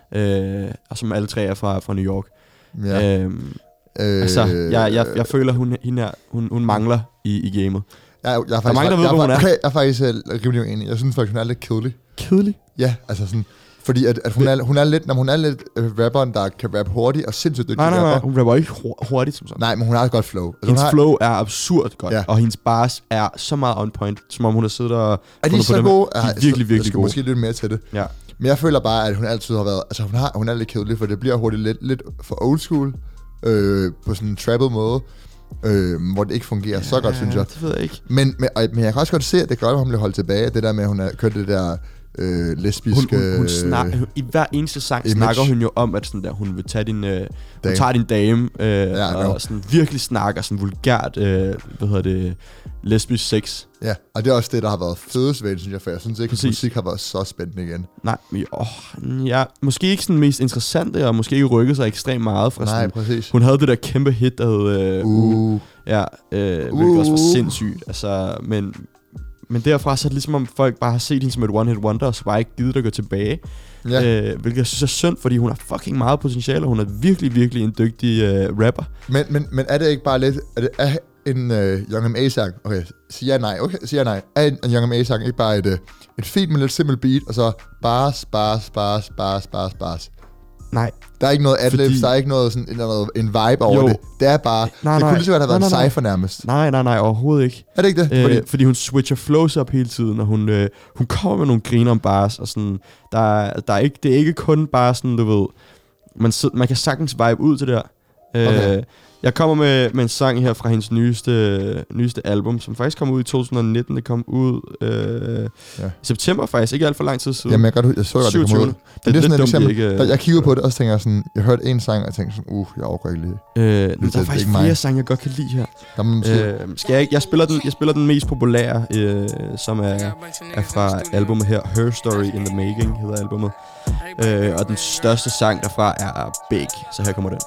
øh, og som alle tre er fra, fra New York. Ja. Øh, Øh, altså, jeg, jeg, jeg føler, hun, hende her, hun, hun mangler i, i gamet. Jeg, jeg er faktisk, mange, der ved, jeg, hvor hun jeg, er. Okay, jeg er faktisk uh, rimelig enig. Jeg synes faktisk, hun er lidt kedelig. Kedelig? Ja, altså sådan... Fordi at, at hun, er, hun er lidt, når hun er lidt uh, rapperen, der kan rappe hurtigt og sindssygt dygtig Nej, nej, nej. rapper. Hun rapper ikke hu- hurtigt som sådan. Nej, men hun har et godt flow. Altså, Hendes hun har, flow er absurd godt, Ja. og hendes bars er så meget on point, som om hun har siddet og... er de fundet på så dem. gode? De er Ej, virkelig, så, jeg virkelig skal gode. måske lidt mere til det. Ja. Men jeg føler bare, at hun altid har været... Altså, hun, har, hun er lidt kedelig, for det bliver hurtigt lidt, lidt for old school. Øh, på sådan en trapped måde. Øh, hvor det ikke fungerer ja, så godt, synes jeg. Det ved jeg ikke. Men, men, og, men jeg kan også godt se, at det gør, at hun bliver holdt tilbage. Det der med, at hun har kørt det der øh, lesbiske... Hun, hun, hun snak, I hver eneste sang image. snakker hun jo om, at sådan der, hun vil tage din... Øh, hun Dame. tager din dame, øh, Ja, og no. sådan virkelig snakker sådan vulgært, øh, hvad hedder det, lesbisk sex. Ja, og det er også det, der har været fedest ved det, synes jeg, for jeg synes ikke, Præcis. at musik har været så spændende igen. Nej, men, åh, ja, måske ikke sådan mest interessante, og måske ikke rykket sig ekstremt meget fra Nej, sådan... præcis. Hun havde det der kæmpe hit, der hed... Øh, uh. Uh, Ja, øh, hvilket Uh. også var sindssygt. Altså, men, men derfra så er det ligesom, om folk bare har set hende som et one-hit wonder, og så bare ikke givet at gå tilbage. ja. Øh, hvilket jeg synes er synd, fordi hun har fucking meget potentiale, og hun er virkelig, virkelig en dygtig øh, rapper. Men, men, men er det ikke bare lidt... Er det er en øh, Young M A-sang? Okay, siger jeg nej. Okay, siger jeg nej. Er en, en Young M A-sang ikke bare et, øh, et fint, men lidt simpelt beat, og så bars, bars, bars, bars, bars, bars? Nej. Der er ikke noget adlibs, Fordi- der er ikke noget sådan, en, noget, en vibe over Jo. det. Det er bare... Nej, det nej. kunne lige så godt have været Nej, en nej, nej. cypher nærmest. Nej, nej, nej, overhovedet ikke. Er det ikke det? Øh, Fordi, fordi, fordi hun switcher flows op hele tiden, og hun, øh, hun kommer med nogle griner om bars, og sådan, der, er- der er ikke, det er ikke kun bare sådan, du ved, man, sid- man kan sagtens vibe ud til det der. Øh, Okay. Jeg kommer med, med en sang her fra hendes nyeste, nyeste album, som faktisk kom ud i to tusind nitten. Det kom ud øh, Ja. i september faktisk, ikke alt for lang tid siden. jamen, jeg, godt, jeg så godt, det kom ud. syvogtyvende. Men det er sådan et lidt dumt, eksempel, de ikke, der, jeg kiggede på det, og så tænker jeg sådan, jeg hørte en sang, og jeg tænkte sådan, uh, jeg overgår ikke lige. Øh, men det der er er faktisk ikke mig. flere sange, jeg godt kan lide her. Der må man sige, Øh, skal jeg, ikke? jeg, spiller den, jeg spiller den mest populære, øh, som er, er fra albumet her. Her Story in the Making hedder albumet. Øh, og den største sang derfra er Big. Så her kommer den.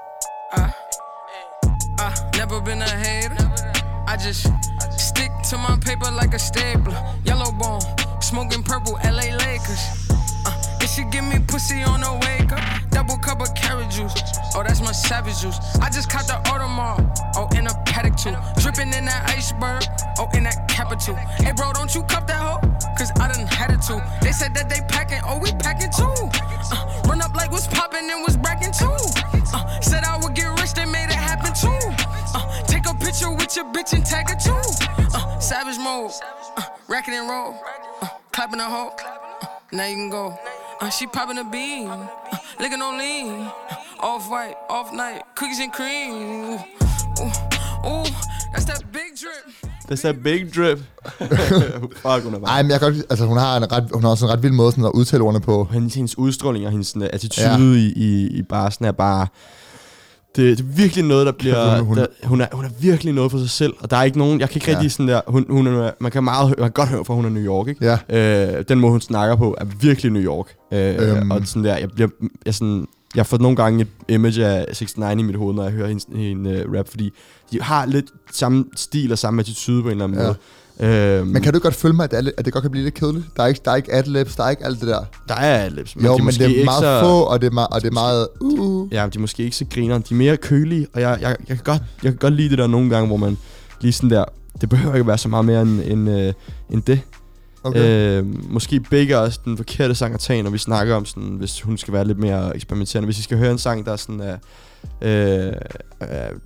I never been a hater. I just stick to my paper like a stapler. Yellow bone, smoking purple, L A Lakers. Uh, it should give me pussy on the wake up. Double cup of carrot juice. Oh, that's my savage juice. I just caught the Audemars. Oh, in a paddock too. Dripping in that iceberg. Oh, in that capital. Hey, bro, don't you cup that hoe? Cause I done had it too. They said that they packing. Oh, we packing too. Uh, run up like what's popping and was bracking too. Uh, said I would get rich, they made it happen too. Uh, take a picture with your bitch and tag her too. Uh, savage mode. Uh, racking and roll. Uh, clapping a hoe. Uh, now you can go. Uh, she popping a bean. Uh, licking on lean. Uh, off white, off night. Cookies and cream. Ooh, ooh, ooh, that's that big drip. Det er Big Drip. Fuck, hun er bare. ej, men jeg kan godt, altså hun har, en ret, hun har også en ret vild måde sådan at udtale ordene på. Hendes, hendes udstråling og hendes sådan, attitude Ja. ja. i, i, i barsen er bare... Det, det er virkelig noget, der bliver... Hun- hun- Der, hun, er, hun er virkelig noget for sig selv. Og der er ikke nogen... Jeg kan ikke Ja. rigtig sådan der... Hun, hun er, man kan meget, man kan godt høre, for hun er New York, ikke? Ja. Øh, den måde, hun snakker på, er virkelig New York. Øh, Øhm. Og sådan der... Jeg bliver... Jeg sådan, jeg får nogle gange et image af seksoghalvfems i mit hoved, når jeg hører hende, hende uh, rap, fordi de har lidt samme stil og samme attitude på en eller anden ja. måde. Øhm, men kan du godt følge mig, at det, lidt, at det godt kan blive lidt kedeligt? Der er ikke, der er ikke adlibs, der er ikke alt det der. Der er adlibs, men jo, de men måske det er meget så, få, og det er, meget, og det er meget... Uh. Ja, de er måske ikke så grineren. De er mere kølige, og jeg, jeg, jeg, kan godt, jeg kan godt lide det der nogle gange, hvor man lige sådan der... Det behøver ikke være så meget mere end, end, øh, end det. Okay. Øh, måske begge er også den forkerte sang at tage, når vi snakker om sådan, hvis hun skal være lidt mere eksperimenterende. Hvis I skal høre en sang, der er sådan... Øh, øh, øh,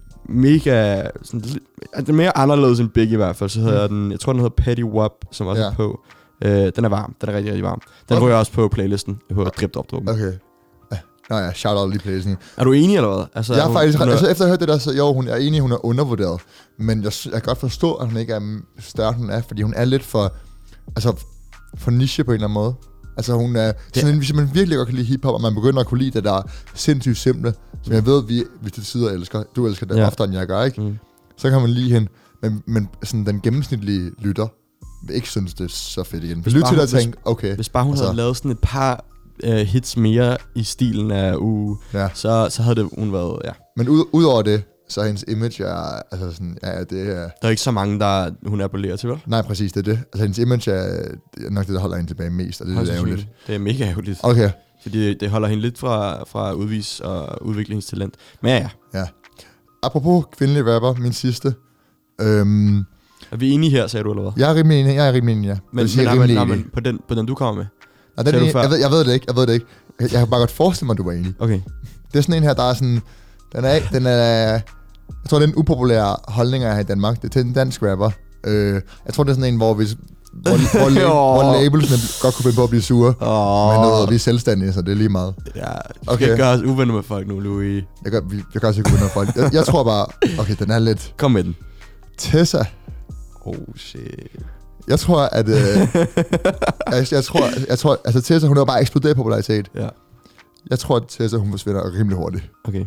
mega sådan, det er mere anderledes end Big i hvert fald. Så hedder mm. den, jeg tror den hedder Petty Wap, som også ja. er på. Øh, den er varm, den er rigtig rigtig varm. Den okay. ryger også på playlisten. Jeg hører Drip Drop Drop. Okay. Nå ja, shout out lige playlisten. Er du enig eller hvad? Altså, jeg er hun, faktisk, hun er... altså efter at have hørt det der, så jo, hun er enig, hun er undervurderet. Men jeg, jeg kan godt forstå, at hun ikke er større, end hun er, fordi hun er lidt for, altså, for niche på en eller anden måde. Altså hun er det... sådan en, hvis man virkelig godt kan lide hiphop, og man begynder at kunne lide det der sindssygt simple, som jeg ved, vi, hvis du tider elsker, du elsker det ja. oftere, end jeg gør, ikke? Mm. Så kan man lide hende, men, men sådan den gennemsnitlige lytter vil ikke synes, det er så fedt igen. Hvis, lyt til det og tænke, okay. Hvis bare hun altså, havde lavet sådan et par uh, hits mere i stilen af uh, ja. så, så havde det hun været, ja. Men ud, ud over det, så er hendes image er, altså sådan, ja, det er... Der er ikke så mange, der hun appellerer til, vel? Nej, præcis, det er det. Altså hendes image er nok det, der holder hende tilbage mest, og det er lidt ærgerligt. Det er mega ærgerligt. Okay. Fordi det holder hende lidt fra, fra at udvise og udvikle hendes talent. Men ja, ja. Ja. Apropos kvindelig rapper, min sidste. Øhm, er vi enige her, sagde du, eller hvad? Jeg er rimelig enig, jeg er rimelig enig, ja. Men, men, nej, men, nej, men på, den, på den, du kommer med? Ja, den enig, jeg, ved, jeg ved det ikke, jeg ved det ikke. Jeg, jeg kan bare godt forestille mig, at du var enig. Okay. Det er sådan en her, der er sådan... Den er... Den er jeg tror, det er en upopulær holdning her i Danmark. Det er til en dansk rapper. Øh, jeg tror, det er sådan en, hvor, hvis, hvor, hvor, la- hvor labelsene godt kunne finde på at blive sure. Oh. Men noget, vi er selvstændige, så det er lige meget. Ja, okay. Jeg gør os uvenner med folk nu, Louis. Jeg gør, jeg gør også ikke uvenner med folk. Jeg, jeg tror bare... Okay, den er lidt... Kom med den. Tessa. Oh, shit. Jeg tror, at... Øh, jeg, jeg, tror, jeg tror... Altså, Tessa, hun er bare eksploderet popularitet. Ja. Jeg tror, at Tessa, hun forsvinder rimelig hurtigt. Okay.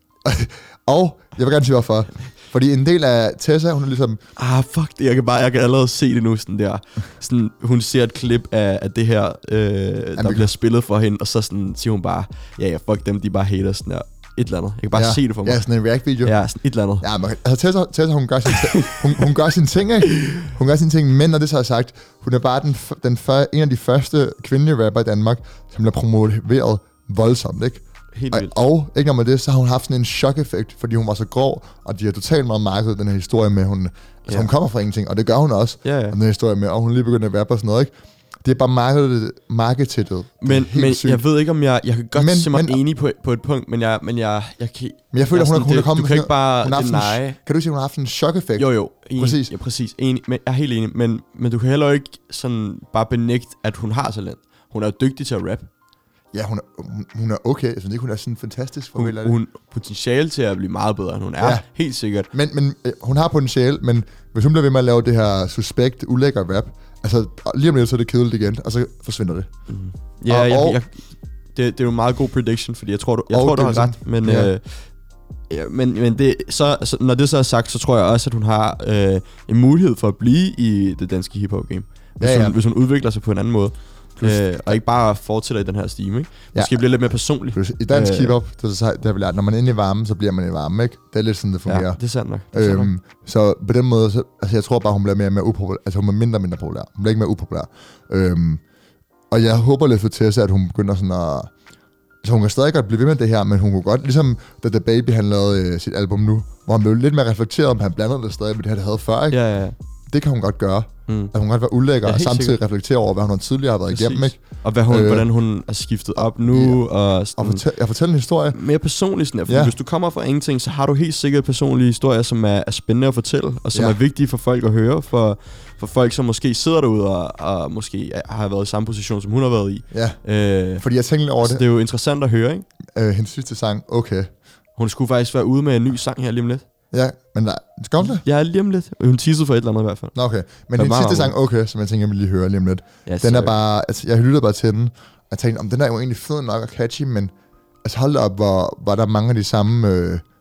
Og jeg vil gerne sige hvorfor. Fordi en del af Tessa, hun er ligesom... Ah, fuck det. Jeg kan, bare, jeg kan allerede se det nu, sådan der. Sådan, hun ser et klip af, af det her, øh, der Jamen, bliver spillet for hende, og så sådan, siger hun bare, ja, ja, fuck dem, de bare hater sådan der. Et eller andet. Jeg kan bare ja, se det for mig. Ja, sådan en react-video. Ja, sådan et eller andet. Ja, men altså Tessa, Tessa hun, gør sin hun, hun gør sine ting, ikke? Hun gør sine ting, men når det så er sagt, hun er bare den, den før, en af de første kvindelige rapper i Danmark, som bliver promoveret voldsomt, ikke? Helt vildt. Og, og ikke nok med det, så har hun haft sådan en chok-effekt, fordi hun var så grov, og de har totalt meget markedet den her historie med, hun, altså ja. hun kommer fra ingenting, og det gør hun også, ja, ja. den her historie med, og hun lige begynder at rappe og sådan noget, ikke? Det er bare markedet, markedet. Men, men jeg ved ikke, om jeg, jeg kan godt men, se mig men, enig på, på et punkt, men jeg, men jeg, jeg kan... Men jeg føler, jeg hun, er, hun er kommet... Du kan ikke bare deny... Kan du sige, hun har haft en chok-effekt? Jo, jo. Enig, præcis. Ja, præcis. Enig, men jeg er helt enig, men, men du kan heller ikke sådan bare benægte, at hun har talent. Hun er dygtig til at rap. Ja, hun er, hun, hun er okay. Jeg synes ikke, hun er sådan fantastisk. For hun, hun har potentiale til at blive meget bedre, end hun er. Ja. Helt sikkert. Men, men øh, hun har potentiale, men hvis hun bliver ved med at lave det her suspekt, ulækker rap, altså lige om lidt, så er det kedeligt igen, og så forsvinder det. Mm. Ja, og, jeg, jeg, det, det er jo en meget god prediction, fordi jeg tror, du, jeg tror, du har ret. Men, ja. øh, ja, men, men det, så, så, når det så er sagt, så tror jeg også, at hun har øh, en mulighed for at blive i det danske hiphop-game. Hvis, ja, ja. Hun, hvis hun udvikler sig på en anden måde. Øh, og ikke bare fortsætter i den her stime, ikke? Måske ja. bliver lidt mere personlig. Plus, i dansk øh, hiphop, det er, det er, når man er inde i varmen, så bliver man i varmen, ikke? Det er lidt sådan, det fungerer. Ja, det er sandt nok. Det er sandt øhm, nok. Så på den måde, så, altså jeg tror bare, hun bliver mere og mere upopulær. Altså hun er mindre og mindre populær. Hun bliver ikke mere upopulær. Øhm, og jeg håber lidt for Tessa, at hun begynder sådan at... Altså hun kan stadig godt blive ved med det her, men hun kunne godt, ligesom da The Baby, han lavede øh, sit album nu, hvor han blev lidt mere reflekteret om, han blandede det stadig med det her, det havde før, ikke? Ja, ja. Det kan hun godt gøre. Mm. At hun kan godt være ulækker, ja, og samtidig sikkert. reflektere over, hvad hun tidligere har været Præcis. igennem, ikke? Og hvad hun, øh, hvordan hun er skiftet op nu. Ja. Og, og fortæl, jeg fortæller en historie. Mere personligt sådan her, fordi ja. hvis du kommer fra ingenting, så har du helt sikkert personlige historier, som er, er spændende at fortælle, og som ja. er vigtige for folk at høre, for, for folk, som måske sidder derude og, og måske har været i samme position, som hun har været i. Ja, øh, fordi jeg tænkte over det. Så det er jo interessant at høre, ikke? Øh, hendes sidste sang, okay. Hun skulle faktisk være ude med en ny sang her lige om lidt. Ja, men nej, skal hun det? Ja, lige om lidt. Hun teasede for et eller andet i hvert fald. Nå, okay. Men den sidste sang, okay, som jeg tænker, jeg vil lige høre lige om lidt. Ja, den er bare, altså jeg lyttede bare til den, og jeg tænkte, om den er jo egentlig fed nok og catchy, men altså hold op, hvor var der mange af de samme, øh,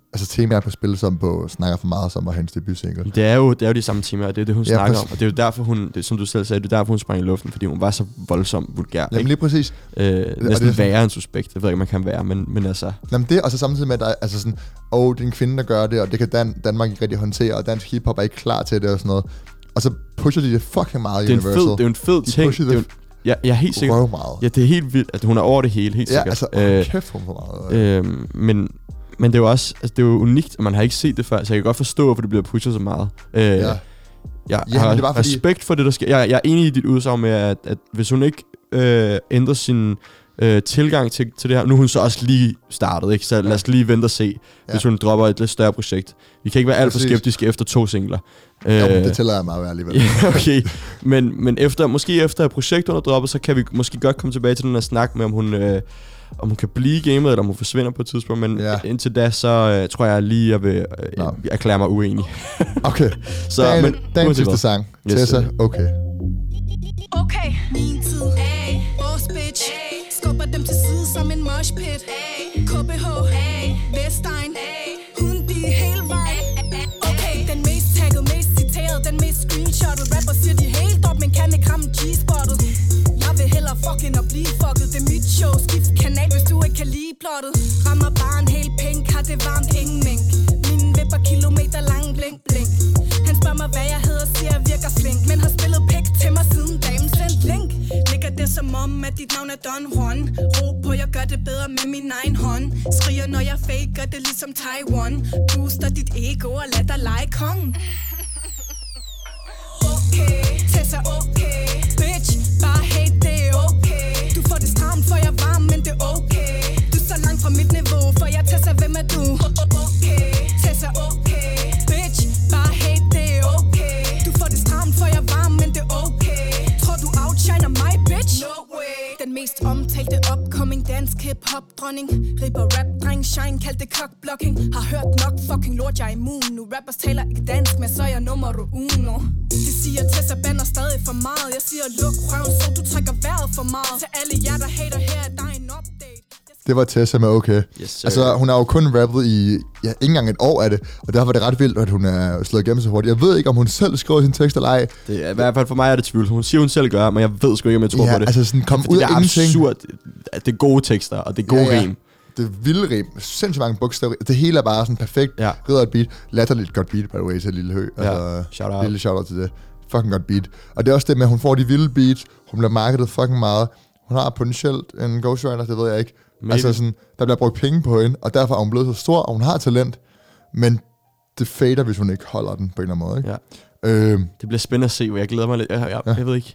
altså temaer på spil, som på Snakker for meget, som var hendes debutsingle. Det er jo, det er jo de samme temaer, det er det, hun Ja, snakker præcis. om. Og det er jo derfor, hun, det, som du selv sagde, det er derfor, hun sprang i luften, fordi hun var så voldsomt vulgær. Jamen Ikke? lige præcis. Øh, det næsten er sådan- værre end suspekt. Det ved jeg ikke, man kan være, men, men altså... Jamen det, og så samtidig med, at der er altså sådan, åh, oh, det er en kvinde, der gør det, og det kan Dan- Danmark ikke rigtig håndtere, og dansk hiphop er ikke klar til det og sådan noget. Og så pusher de det fucking meget i Det er, en Universal. fed, det er jo en fed De ting. pusher Det er jo, det en- ja, jeg er helt sikker. røv meget. Ja, det er helt vildt. Altså, hun er over det hele, helt Ja, sikkert. altså, Øh, øh, kæft, hun får meget. øh, men, men det er jo også altså, det er jo unikt, og man har ikke set det før, så jeg kan godt forstå, hvorfor det bliver pushet så meget. Øh, ja. Jeg Ja, ja, har men det var fordi- respekt for det, der sker. Jeg, jeg er enig i dit udsagn med, at, at hvis hun ikke øh, ændrer sin øh, tilgang til, til det her... Nu er hun så også lige startet, ikke? Så lad os lige vente og se, Ja. hvis hun dropper et lidt større projekt. Vi kan ikke være alt for Præcis. skeptiske efter to singler. Jo, men Øh, det tæller jeg meget værd alligevel. Ja, okay. Men, men efter, måske efter et projekt under droppet, så kan vi måske godt komme tilbage til den her snak med, om hun, øh, om hun kan blive i gamet, eller om hun forsvinder på et tidspunkt. Men Ja. indtil da, så øh, tror jeg lige, jeg vil øh, Nå. erklære mig uenig. Okay, Så, dagen, men, dagens uanset sidste hvad. sang. Yes, Tessa, sir. okay. Okay, min tid. Ay. Boss bitch. Ay. Skubber dem til side som en mosh pit. Ay. K B H. Ay. Vestegn. Ay. Hun de er hele vejen. Okay, den mest tagget, mest citeret, den mest screenshottet. Rapper siger de helt op, men kan ikke ramme G-spottet. Jeg vil hellere fucking og blive fucket. Det er mit show, skift kanal, hvis du ikke kan lide plottet. Rammer bare en hel pink, har det varmt ingen mink. Mine vipper kilometer lang blink blink. Han spørger mig, hvad jeg hedder, siger jeg virker flink. Men har spillet pik til mig siden damen sendt link. Ligger det som om, at dit navn er Don Juan. Ro på, jeg gør det bedre med min egen hånd. Skriger, når jeg fake, gør det ligesom Taiwan. Booster dit ego og lad dig lege kongen. Okay, Tessa, okay. Bitch, bare hate, det er okay. Du får det stramt, for jeg er varm, men det er okay. Du er så langt fra mit niveau, for jeg Tessa, hvem er du? Okay, Tessa, okay. Bitch, bare hate, det er okay. Du får det stramt, for jeg er varm, men det er okay. Tror du outshiner mig, bitch? No way. Den mest omtalte upcoming dansk hip-hop dronning. Ripper rap, dreng, shine, kald det cockblocking. Har hørt nok, fucking lort, jeg er immun nu. Rappers taler ikke dansk, men så er jeg nummer uno. De siger, Tessa bander stadig for meget. Jeg siger, luk røven, så du trækker vejret for meget. Til alle jer, der hater her, er der en update. Det var Tessa med okay. Yes, sir. Altså, hun har jo kun rappet i ja, ikke engang et år af det, og derfor er det ret vildt, at hun er slået igennem så hurtigt. Jeg ved ikke, om hun selv skriver sin tekst eller ej. Det er, i hvert fald for mig er det tvivl. Hun siger, hun selv gør, men jeg ved sgu ikke, om jeg tror Ja, på det. altså sådan, kom Fordi ud det af er ingenting. absurd. At det er gode tekster, og det er gode Ja, ja. rim. Det er vilde rim. Sindssygt mange bogstaver. Det hele er bare sådan perfekt. Ja. Ridder et beat. Latterligt godt beat, by the way, til Lille Hø. Ja, shout out. Lille shout out til det. Fucking godt beat. Og det er også det med, at hun får de vilde beats. Hun bliver markedet fucking meget. Hun har potentielt en ghostwriter, det ved jeg ikke. Maybe. Altså sådan, der bliver brugt penge på hende, og derfor er hun blevet så stor, og hun har talent. Men det fader, hvis hun ikke holder den på en eller anden måde. Ikke? Ja. Øhm, Det bliver spændende at se, hvor jeg glæder mig lidt. Jeg, jeg, Ja. jeg ved ikke.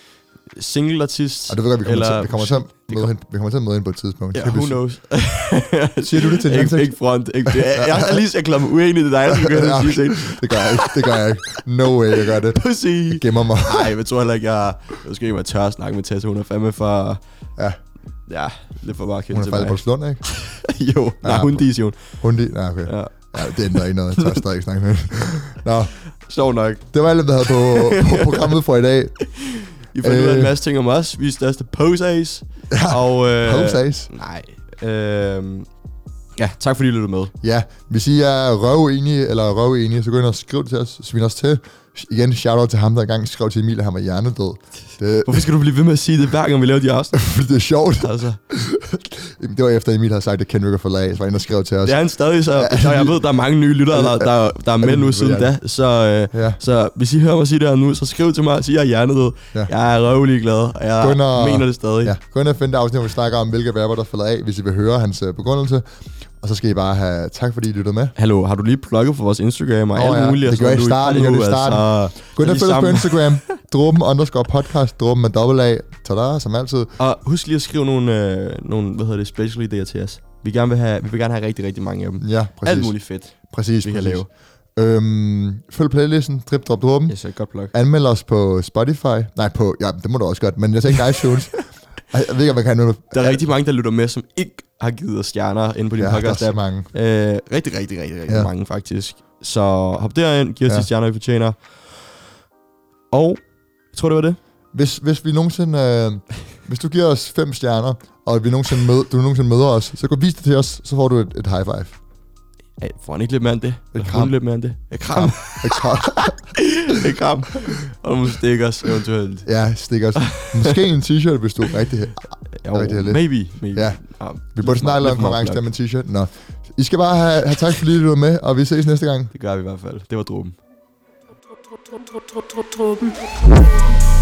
Single artist. og det ved jeg, vi kommer, eller til, vi kommer til, at det møde hende, vi kommer til at møde hende på et tidspunkt. Ja, Det kan who vi- knows. Siger du det til en ikke, ansigt? ikke front. Ikke, jeg, jeg, jeg, er lige jeg klæder mig uenig i det dig, der skal gøre Ja, det sige ting. det gør jeg ikke. Det gør jeg ikke. No way, jeg gør det. Pussy. Jeg gemmer mig. Nej, jeg tror heller ikke, jeg... Jeg skal ikke være tør at snakke med Tessa. Hun er fandme for... Ja, Ja, lidt for bare kendt hun er til faldet på mig. Slund, ikke? Jo, nej, Ja, hun på- dis, jo. Hun de, nej, okay. Ja. Ja, det ændrer ikke noget. Jeg tør stadig ikke snakke med hende. Nå, Sjov nok. det var alt, hvad jeg havde på, på programmet for i dag. I fandt ud af en Øh. masse ting om os. Vi er største pose-ace. Ja, Og, øh, pose-ace. Nej. Øh, ja, tak fordi I lyttede med. Ja, hvis I er røvenige eller røvenige, så gå ind og skriv det til os. Svin os til. Igen, shout-out til ham, der engang skrev til Emil, at han var hjernedød. Det, Hvorfor skal du blive ved med at sige det, hver gang vi laver de afsnit? fordi det er sjovt. Altså, Det var efter Emil havde sagt, at Kendrick er for lag, så var han, der skrev til os. det er han stadig, så, så jeg ved, der er mange nye lyttere, der, der, der er med nu siden da. Så, øh, Ja. så hvis I hører mig sige det her nu, så skriv til mig og sig, at jeg er hjernedød. Ja. Jeg er røvelig glad, og jeg Gå ind og- mener det stadig. Ja, gå ind og find det afsnit, hvor vi snakker om, hvilke rapper, der falder af, hvis I vil høre hans uh, begrundelse. Og så skal I bare have tak, fordi I lyttede med. Hallo, har du lige plukket for vores Instagram og Åh, alt ja. muligt? og Det sådan gør jeg i noget, starten, du det gør nu, jeg i starten. altså, Gå ind og lige følg os på sammen. Instagram. Dråben underscore podcast. Dråben med dobbelt A. Tada, som altid. Og husk lige at skrive nogle, øh, nogle hvad hedder det, special idéer til os. Vi, gerne vil have, vi vil gerne have rigtig, rigtig mange af dem. Ja, præcis. Alt muligt fedt, Præcis, vi kan præcis. lave. Øhm, følg playlisten. Drip, drop, dråben. Jeg yes, godt plug. Anmeld os på Spotify. Nej, på... Ja, det må du også godt. Men jeg tænker iTunes. Ej, jeg ved ikke, om jeg kan nu. Der er rigtig mange, der lytter med, som ikke har givet os stjerner inde på din Ja, der er podcast så app. mange. Øh, rigtig, rigtig, rigtig, rigtig Ja. mange faktisk. Så hop derind, giv os Ja. de stjerner, vi fortjener. Og jeg tror, det var det. Hvis, hvis vi nogensinde... Øh, hvis du giver os fem stjerner, og vi nogensinde mød, du nogensinde møder os, så gå vis det til os, så får du et, et high five. Ej, får han ikke lidt mere end det? Et kram. Lidt mere end det? Et kram. Et kram. Et kram. Og nogle stickers eventuelt. Ja, stickers. Måske en t-shirt, hvis du er rigtig, Jo, rigtig heldig. maybe. maybe. Ja. Vi burde snart lave en konkurrence der med en t-shirt. Nå. I skal bare have, have tak, fordi du var med, og vi ses næste gang. Det gør vi i hvert fald. Det var dråben. Dråben.